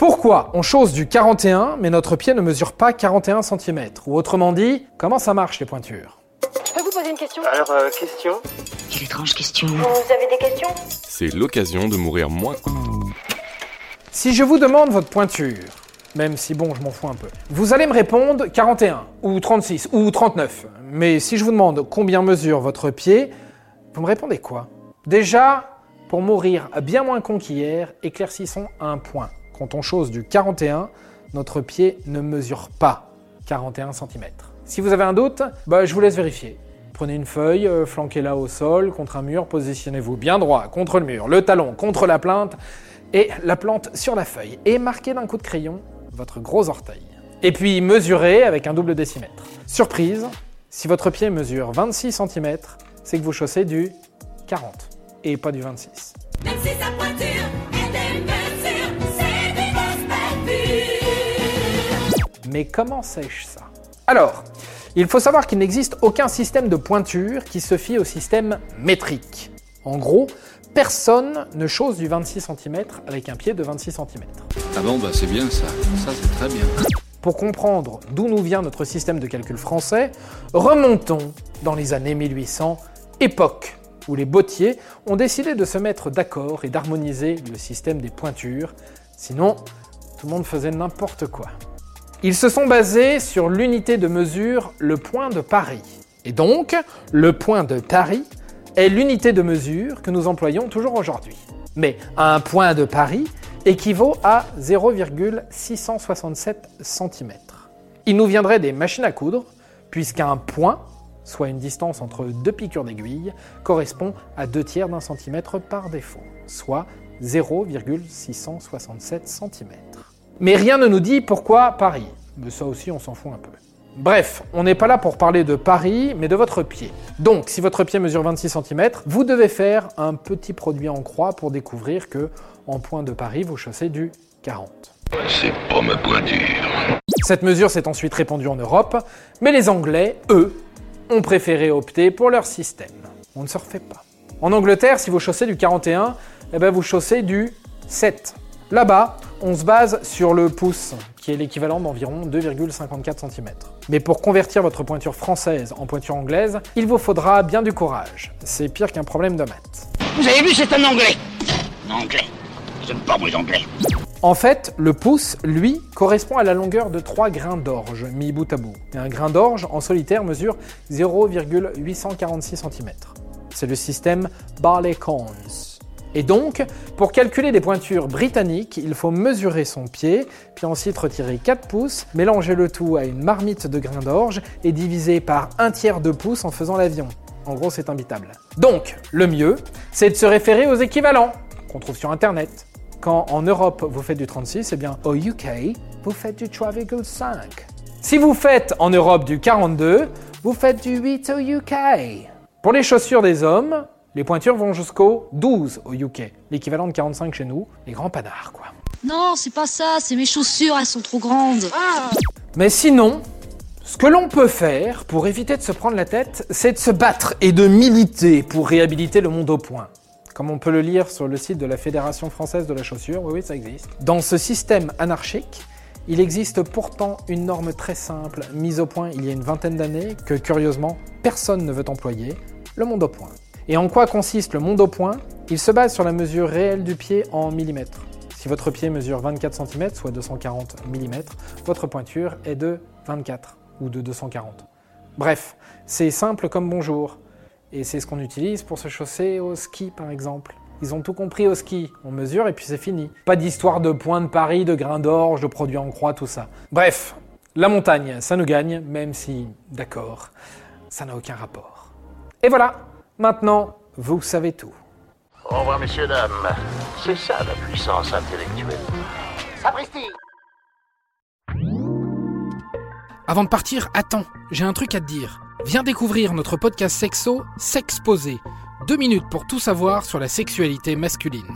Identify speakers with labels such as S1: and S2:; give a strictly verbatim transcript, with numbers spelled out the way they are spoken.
S1: Pourquoi on chausse du quarante et un, mais notre pied ne mesure pas quarante et un centimètres? Ou autrement dit, comment ça marche les pointures?
S2: Je peux vous poser une question?
S3: Alors, euh, question?
S4: Quelle étrange question.
S2: Vous avez des questions?
S5: C'est l'occasion de mourir moins.
S1: Si je vous demande votre pointure, même si bon, je m'en fous un peu, vous allez me répondre quarante et un, ou trente-six, ou trente-neuf. Mais si je vous demande combien mesure votre pied, vous me répondez quoi? Déjà, pour mourir bien moins con qu'hier, éclaircissons un point. Quand on chausse du quarante et un, notre pied ne mesure pas quarante et un centimètres. Si vous avez un doute, bah, je vous laisse vérifier. Prenez une feuille, euh, flanquez-la au sol, contre un mur, positionnez-vous bien droit contre le mur, le talon contre la plinte, et la plante sur la feuille. Et marquez d'un coup de crayon votre gros orteil. Et puis mesurez avec un double décimètre. Surprise, si votre pied mesure vingt-six centimètres, c'est que vous chaussez du quarante et pas du vingt-six.
S6: Même si sa pointure est des mesures, c'est des grosses bavures.
S1: Mais comment sais-je ça? Alors, il faut savoir qu'il n'existe aucun système de pointure qui se fie au système métrique. En gros, personne ne chausse du vingt-six centimètres avec un pied de vingt-six centimètres.
S7: Ah bon, bah c'est bien ça. Ça, c'est très bien.
S1: Pour comprendre d'où nous vient notre système de calcul français, remontons dans les années mille huit cents, époque où les bottiers ont décidé de se mettre d'accord et d'harmoniser le système des pointures, sinon tout le monde faisait n'importe quoi. Ils se sont basés sur l'unité de mesure, le point de Paris. Et donc, le point de Paris est l'unité de mesure que nous employons toujours aujourd'hui. Mais un point de Paris équivaut à zéro virgule six cent soixante-sept centimètres. Il nous viendrait des machines à coudre, puisqu'un point, soit une distance entre deux piqûres d'aiguille, correspond à deux tiers d'un centimètre par défaut, soit zéro virgule six cent soixante-sept centimètres. Mais rien ne nous dit pourquoi Paris. Mais ça aussi, on s'en fout un peu. Bref, on n'est pas là pour parler de Paris, mais de votre pied. Donc, si votre pied mesure vingt-six centimètres, vous devez faire un petit produit en croix pour découvrir que, en point de Paris, vous chaussez du quarante.
S8: C'est pas ma pointure.
S1: Cette mesure s'est ensuite répandue en Europe, mais les Anglais, eux, ont préféré opter pour leur système. On ne se refait pas. En Angleterre, si vous chaussez du quarante et un, eh ben vous chaussez du sept. Là-bas, on se base sur le pouce, qui est l'équivalent d'environ deux virgule cinquante-quatre centimètres. Mais pour convertir votre pointure française en pointure anglaise, il vous faudra bien du courage. C'est pire qu'un problème de maths.
S3: Vous avez vu, c'est un anglais. Un anglais. J'aime pas moi les anglais.
S1: En fait, le pouce, lui, correspond à la longueur de trois grains d'orge mis bout à bout. Et un grain d'orge en solitaire mesure zéro virgule huit cent quarante-six centimètres. C'est le système Barley-Corns. Et donc, pour calculer des pointures britanniques, il faut mesurer son pied, puis ensuite retirer quatre pouces, mélanger le tout à une marmite de grains d'orge et diviser par un tiers de pouce en faisant l'avion. En gros, c'est imbitable. Donc, le mieux, c'est de se référer aux équivalents qu'on trouve sur Internet. Quand en Europe, vous faites du trente-six, eh bien, au U K, vous faites du trois virgule cinq. Si vous faites en Europe du quarante-deux, vous faites du huit au U K. Pour les chaussures des hommes, les pointures vont jusqu'au douze au U K, l'équivalent de quarante-cinq chez nous, les grands panards quoi.
S4: Non, c'est pas ça, c'est mes chaussures, elles sont trop grandes. Ah.
S1: Mais sinon, ce que l'on peut faire pour éviter de se prendre la tête, c'est de se battre et de militer pour réhabiliter le monde au point. Comme on peut le lire sur le site de la Fédération française de la chaussure, oui oui ça existe. Dans ce système anarchique, il existe pourtant une norme très simple, mise au point il y a une vingtaine d'années, que curieusement, personne ne veut employer, le monde au point. Et en quoi consiste le monde au point? Il se base sur la mesure réelle du pied en millimètres. Si votre pied mesure vingt-quatre centimètres, soit deux cent quarante millimètres, votre pointure est de vingt-quatre ou de deux cent quarante. Bref, c'est simple comme bonjour. Et c'est ce qu'on utilise pour se chausser au ski par exemple. Ils ont tout compris au ski, on mesure et puis c'est fini. Pas d'histoire de points de Paris, de grains d'orge, de produits en croix, tout ça. Bref, la montagne, ça nous gagne, même si, d'accord, ça n'a aucun rapport. Et voilà! Maintenant, vous savez tout.
S8: Au revoir, messieurs, dames. C'est ça la puissance intellectuelle.
S3: Sapristi.
S1: Avant de partir, attends, j'ai un truc à te dire. Viens découvrir notre podcast sexo, S'exposer. Deux minutes pour tout savoir sur la sexualité masculine.